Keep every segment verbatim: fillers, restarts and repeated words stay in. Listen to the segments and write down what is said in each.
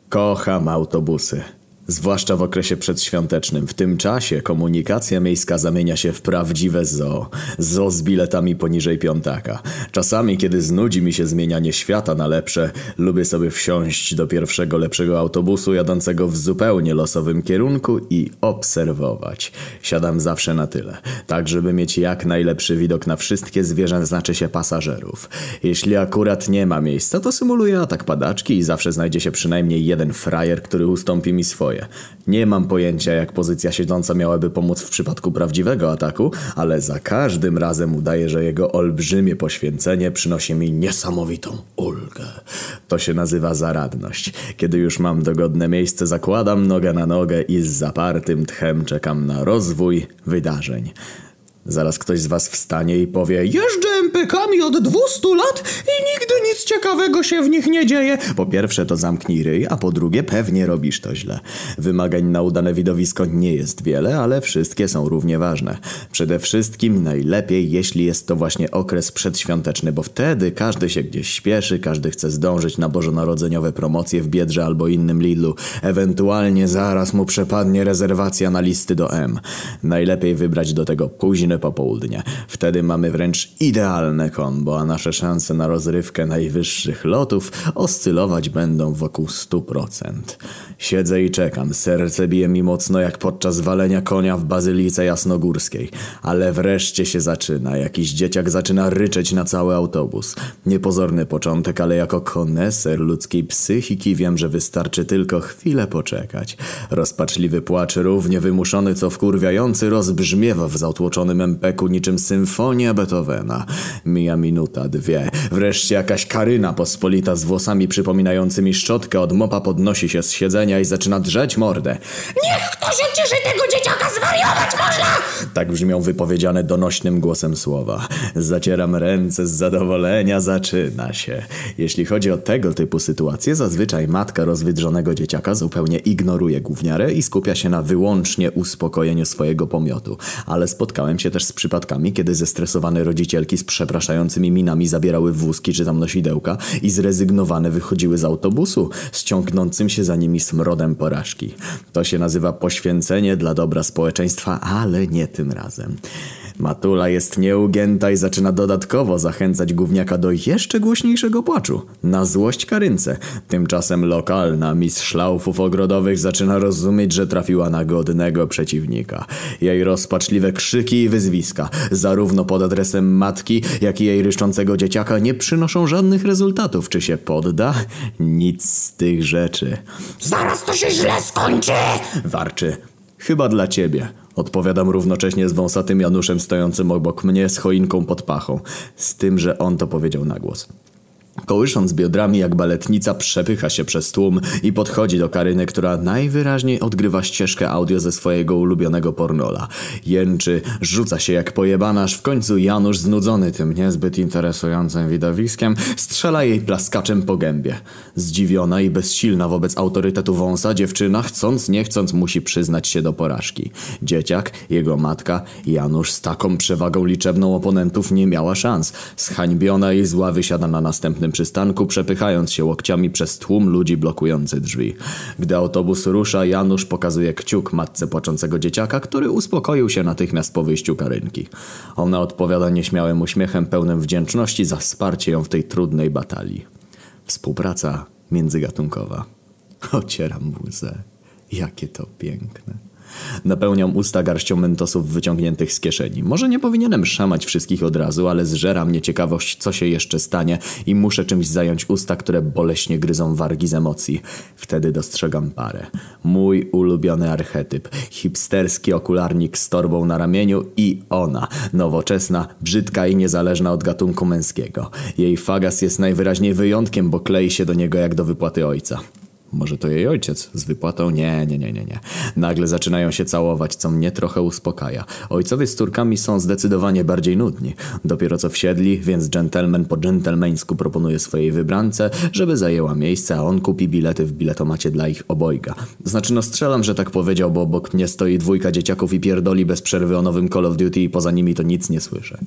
Kocham autobusy. Zwłaszcza w okresie przedświątecznym. W tym czasie komunikacja miejska zamienia się w prawdziwe zoo. Zoo z biletami poniżej piątaka. Czasami, kiedy znudzi mi się zmienianie świata na lepsze, lubię sobie wsiąść do pierwszego lepszego autobusu jadącego w zupełnie losowym kierunku i obserwować. Siadam zawsze na tyle, tak żeby mieć jak najlepszy widok na wszystkie zwierzę, znaczy się pasażerów. Jeśli akurat nie ma miejsca, to symuluję atak padaczki i zawsze znajdzie się przynajmniej jeden frajer, który ustąpi mi swoje. Nie mam pojęcia, jak pozycja siedząca miałaby pomóc w przypadku prawdziwego ataku, ale za każdym razem udaje, że jego olbrzymie poświęcenie przynosi mi niesamowitą ulgę. To się nazywa zaradność. Kiedy już mam dogodne miejsce, zakładam nogę na nogę i z zapartym tchem czekam na rozwój wydarzeń. Zaraz ktoś z was wstanie i powie: jeżdżę em pe kami od dwustu lat i nigdy nic ciekawego się w nich nie dzieje. Po pierwsze to zamknij ryj, a po drugie pewnie robisz to źle. Wymagań na udane widowisko nie jest wiele, ale wszystkie są równie ważne. Przede wszystkim najlepiej, jeśli jest to właśnie okres przedświąteczny, bo wtedy każdy się gdzieś śpieszy, każdy chce zdążyć na bożonarodzeniowe promocje w Biedrze albo innym Lidlu. Ewentualnie zaraz mu przepadnie rezerwacja na listy do M. Najlepiej wybrać do tego późne popołudnie. Wtedy mamy wręcz idealne kombo, a nasze szanse na rozrywkę najwyższych lotów oscylować będą wokół stu procent. Siedzę i czekam. Serce bije mi mocno jak podczas walenia konia w Bazylice Jasnogórskiej. Ale wreszcie się zaczyna. Jakiś dzieciak zaczyna ryczeć na cały autobus. Niepozorny początek, ale jako koneser ludzkiej psychiki wiem, że wystarczy tylko chwilę poczekać. Rozpaczliwy płacz, równie wymuszony co wkurwiający, rozbrzmiewa w zatłoczonym em pe ku niczym symfonia Beethovena. Mija minuta, dwie. Wreszcie jakaś Karyna pospolita z włosami przypominającymi szczotkę od mopa podnosi się z siedzenia i zaczyna drzeć mordę. Niech ktoś uciszy tego dzieciaka, zwariować można! Tak brzmią wypowiedziane donośnym głosem słowa. Zacieram ręce z zadowolenia, zaczyna się. Jeśli chodzi o tego typu sytuacje, zazwyczaj matka rozwydrzonego dzieciaka zupełnie ignoruje gówniarę i skupia się na wyłącznie uspokojeniu swojego pomiotu. Ale spotkałem się też z przypadkami, kiedy zestresowane rodzicielki z przepraszającymi minami zabierały wózki czy tam nosidełka i zrezygnowane wychodziły z autobusu z ciągnącym się za nimi smrodem porażki. To się nazywa poświęcenie dla dobra społeczeństwa, ale nie tym razem. Matula jest nieugięta i zaczyna dodatkowo zachęcać gówniaka do jeszcze głośniejszego płaczu. Na złość Karynce. Tymczasem lokalna mistrz szlaufów ogrodowych zaczyna rozumieć, że trafiła na godnego przeciwnika. Jej rozpaczliwe krzyki i wyzwiska, zarówno pod adresem matki, jak i jej ryszczącego dzieciaka, nie przynoszą żadnych rezultatów. Czy się podda? Nic z tych rzeczy. Zaraz to się źle skończy! Warczy. Chyba dla ciebie. Odpowiadam równocześnie z wąsatym Januszem stojącym obok mnie z choinką pod pachą. Z tym, że on to powiedział na głos. Kołysząc biodrami jak baletnica, przepycha się przez tłum i podchodzi do Karyny, która najwyraźniej odgrywa ścieżkę audio ze swojego ulubionego pornola. Jęczy, rzuca się jak pojebana, aż w końcu Janusz, znudzony tym niezbyt interesującym widowiskiem, strzela jej plaskaczem po gębie. Zdziwiona i bezsilna wobec autorytetu wąsa, dziewczyna chcąc nie chcąc musi przyznać się do porażki. Dzieciak, jego matka, Janusz z taką przewagą liczebną oponentów nie miała szans. Zhańbiona i zła wysiada na następnym przystanku, przepychając się łokciami przez tłum ludzi blokujący drzwi. Gdy autobus rusza, Janusz pokazuje kciuk matce płaczącego dzieciaka, który uspokoił się natychmiast po wyjściu Karynki. Ona odpowiada nieśmiałym uśmiechem pełnym wdzięczności za wsparcie ją w tej trudnej batalii. Współpraca międzygatunkowa. Ocieram łzę. Jakie to piękne. Napełniam usta garścią mentosów wyciągniętych z kieszeni. Może nie powinienem szamać wszystkich od razu, ale zżera mnie ciekawość, co się jeszcze stanie i muszę czymś zająć usta, które boleśnie gryzą wargi z emocji. Wtedy dostrzegam parę. Mój ulubiony archetyp. Hipsterski okularnik z torbą na ramieniu i ona. Nowoczesna, brzydka i niezależna od gatunku męskiego. Jej fagas jest najwyraźniej wyjątkiem, bo klei się do niego jak do wypłaty ojca. Może to jej ojciec z wypłatą? Nie, nie, nie, nie, nie. Nagle zaczynają się całować, co mnie trochę uspokaja. Ojcowie z córkami są zdecydowanie bardziej nudni. Dopiero co wsiedli, więc dżentelmen po dżentelmeńsku proponuje swojej wybrance, żeby zajęła miejsce, a on kupi bilety w biletomacie dla ich obojga. Znaczy no strzelam, że tak powiedział, bo obok mnie stoi dwójka dzieciaków i pierdoli bez przerwy o nowym Call of Duty i poza nimi to nic nie słyszę.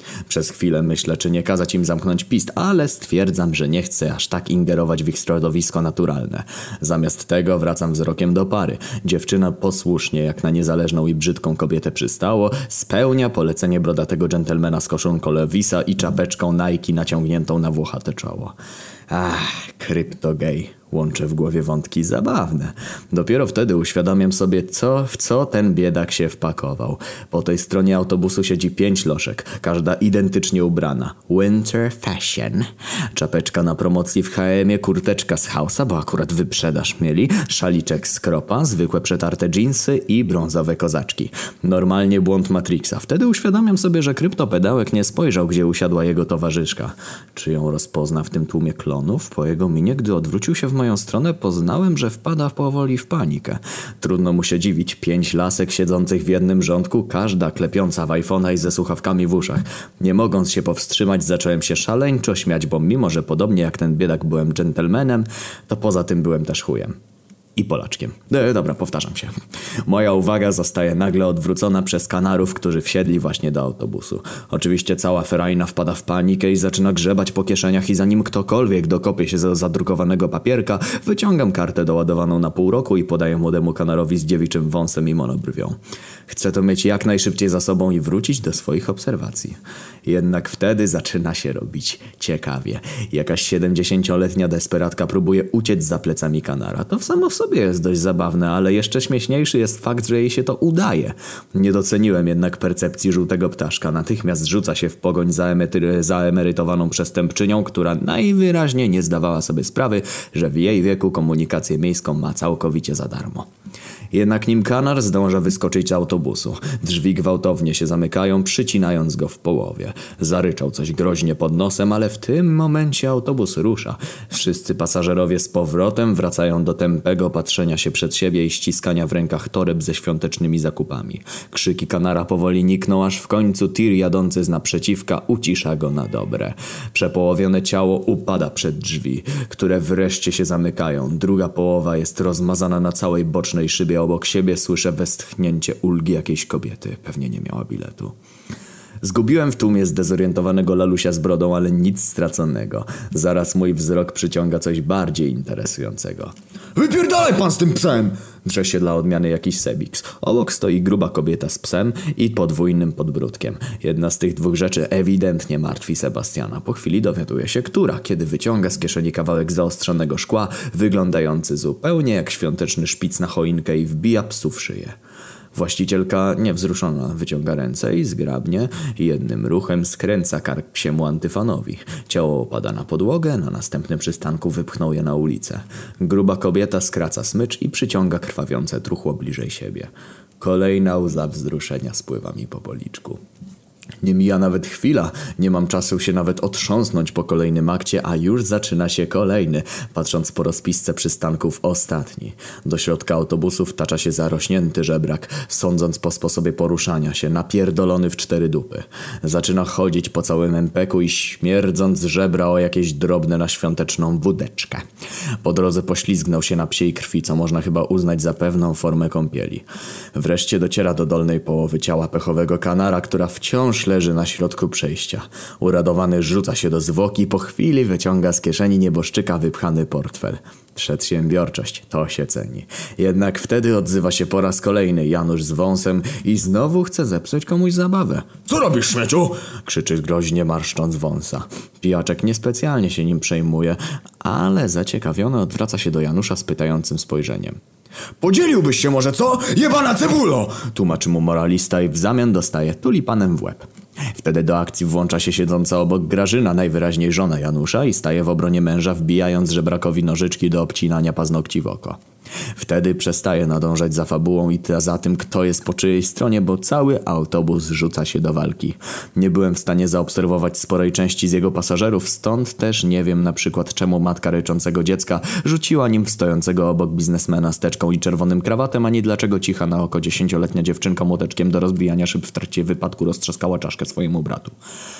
Przez chwilę myślę, czy nie kazać im zamknąć pist, ale stwierdzam, że nie chcę aż tak ingerować w ich środowisko naturalne. Zamiast tego wracam wzrokiem do pary. Dziewczyna posłusznie, jak na niezależną i brzydką kobietę przystało, spełnia polecenie brodatego dżentelmena z koszulką Levisa i czapeczką Nike naciągniętą na włochate czoło. Ach, kryptogej. Łączę w głowie wątki zabawne. Dopiero wtedy uświadamiam sobie, co w co ten biedak się wpakował. Po tej stronie autobusu siedzi pięć loszek, każda identycznie ubrana. Winter fashion. Czapeczka na promocji w H and M-ie, kurteczka z House'a, bo akurat wyprzedaż mieli, szaliczek z Kropa, zwykłe przetarte dżinsy i brązowe kozaczki. Normalnie błąd Matrixa. Wtedy uświadamiam sobie, że kryptopedałek nie spojrzał, gdzie usiadła jego towarzyszka. Czy ją rozpozna w tym tłumie klonów? Po jego minie, gdy odwrócił się w moją stronę, poznałem, że wpada powoli w panikę. Trudno mu się dziwić. Pięć lasek siedzących w jednym rządku, każda klepiąca w iPhone'a i ze słuchawkami w uszach. Nie mogąc się powstrzymać, zacząłem się szaleńczo śmiać, bo mimo, że podobnie jak ten biedak byłem dżentelmenem, to poza tym byłem też chujem. I Polaczkiem. E, dobra, powtarzam się. Moja uwaga zostaje nagle odwrócona przez kanarów, którzy wsiedli właśnie do autobusu. Oczywiście cała ferajna wpada w panikę i zaczyna grzebać po kieszeniach i zanim ktokolwiek dokopie się do zadrukowanego papierka, wyciągam kartę doładowaną na pół roku i podaję młodemu kanarowi z dziewiczym wąsem i monobrwią. Chcę to mieć jak najszybciej za sobą i wrócić do swoich obserwacji. Jednak wtedy zaczyna się robić ciekawie. Jakaś siedemdziesięcioletnia desperatka próbuje uciec za plecami kanara. To w samo w sobie jest dość zabawne, ale jeszcze śmieszniejszy jest fakt, że jej się to udaje. Nie doceniłem jednak percepcji żółtego ptaszka. Natychmiast rzuca się w pogoń za, emery- za emerytowaną przestępczynią, która najwyraźniej nie zdawała sobie sprawy, że w jej wieku komunikację miejską ma całkowicie za darmo. Jednak nim kanar zdąża wyskoczyć z autobusu. Drzwi gwałtownie się zamykają, przycinając go w połowie. Zaryczał coś groźnie pod nosem, ale w tym momencie autobus rusza. Wszyscy pasażerowie z powrotem wracają do tępego patrzenia się przed siebie i ściskania w rękach toreb ze świątecznymi zakupami. Krzyki kanara powoli nikną, aż w końcu tir jadący z naprzeciwka ucisza go na dobre. Przepołowione ciało upada przed drzwi, które wreszcie się zamykają. Druga połowa jest rozmazana na całej bocznej szybie. Obok siebie słyszę westchnięcie ulgi jakiejś kobiety. Pewnie nie miała biletu. Zgubiłem w tłumie zdezorientowanego lalusia z brodą, ale nic straconego. Zaraz mój wzrok przyciąga coś bardziej interesującego. Wypierdalaj pan z tym psem! Drze się dla odmiany jakiś Sebix. Obok stoi gruba kobieta z psem i podwójnym podbródkiem. Jedna z tych dwóch rzeczy ewidentnie martwi Sebastiana. Po chwili dowiaduje się, która, kiedy wyciąga z kieszeni kawałek zaostrzonego szkła, wyglądający zupełnie jak świąteczny szpic na choinkę i wbija psu w szyję. Właścicielka, niewzruszona, wyciąga ręce i zgrabnie, jednym ruchem skręca kark psiemu Antyfanowi. Ciało opada na podłogę, na następnym przystanku wypchnął je na ulicę. Gruba kobieta skraca smycz i przyciąga krwawiące truchło bliżej siebie. Kolejna łza wzruszenia spływa mi po policzku. Nie mija nawet chwila, nie mam czasu się nawet otrząsnąć po kolejnym akcie, a już zaczyna się kolejny, patrząc po rozpisce przystanków ostatni. Do środka autobusu wtacza się zarośnięty żebrak, sądząc po sposobie poruszania się, napierdolony w cztery dupy. Zaczyna chodzić po całym empeku i śmierdząc żebra o jakieś drobne na świąteczną wódeczkę. Po drodze poślizgnął się na psiej krwi, co można chyba uznać za pewną formę kąpieli. Wreszcie dociera do dolnej połowy ciała pechowego kanara, która wciąż leży na środku przejścia. Uradowany rzuca się do zwłoki i po chwili wyciąga z kieszeni nieboszczyka wypchany portfel. Przedsiębiorczość, to się ceni. Jednak wtedy odzywa się po raz kolejny Janusz z wąsem i znowu chce zepsuć komuś zabawę. Co robisz, śmieciu? Krzyczy groźnie, marszcząc wąsa. Pijaczek niespecjalnie się nim przejmuje, ale zaciekawiony odwraca się do Janusza z pytającym spojrzeniem. Podzieliłbyś się może, co? Jebana cebulo! Tłumaczy mu moralista i w zamian dostaje tulipanem w łeb. Wtedy do akcji włącza się siedząca obok Grażyna, najwyraźniej żona Janusza, i staje w obronie męża, wbijając żebrakowi nożyczki do obcinania paznokci w oko. Wtedy przestaje nadążać za fabułą i za tym, kto jest po czyjej stronie, bo cały autobus rzuca się do walki. Nie byłem w stanie zaobserwować sporej części z jego pasażerów, stąd też nie wiem na przykład, czemu matka ryczącego dziecka rzuciła nim w stojącego obok biznesmena z teczką i czerwonym krawatem, ani dlaczego cicha na oko dziesięcioletnia dziewczynka młoteczkiem do rozbijania szyb w trakcie wypadku roztrzaskała czaszkę swojemu bratu.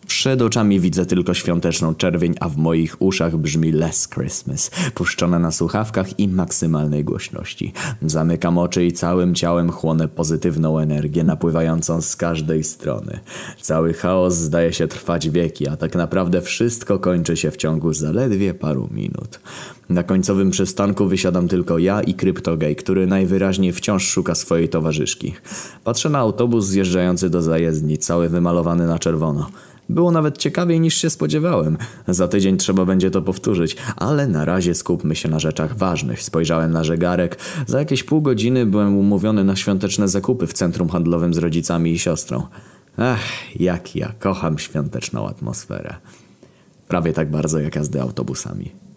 Przed oczami widzę tylko świąteczną czerwień, a w moich uszach brzmi Last Christmas, puszczone na słuchawkach i maksymalnej głośności. Zamykam oczy i całym ciałem chłonę pozytywną energię napływającą z każdej strony. Cały chaos zdaje się trwać wieki, a tak naprawdę wszystko kończy się w ciągu zaledwie paru minut. Na końcowym przystanku wysiadam tylko ja i Kryptogej, który najwyraźniej wciąż szuka swojej towarzyszki. Patrzę na autobus zjeżdżający do zajezdni, cały wymalowany na czerwono. Było nawet ciekawiej niż się spodziewałem. Za tydzień trzeba będzie to powtórzyć, ale na razie skupmy się na rzeczach ważnych. Spojrzałem na zegarek. Za jakieś pół godziny byłem umówiony na świąteczne zakupy w centrum handlowym z rodzicami i siostrą. Ach, jak ja kocham świąteczną atmosferę. Prawie tak bardzo jak jazdy autobusami.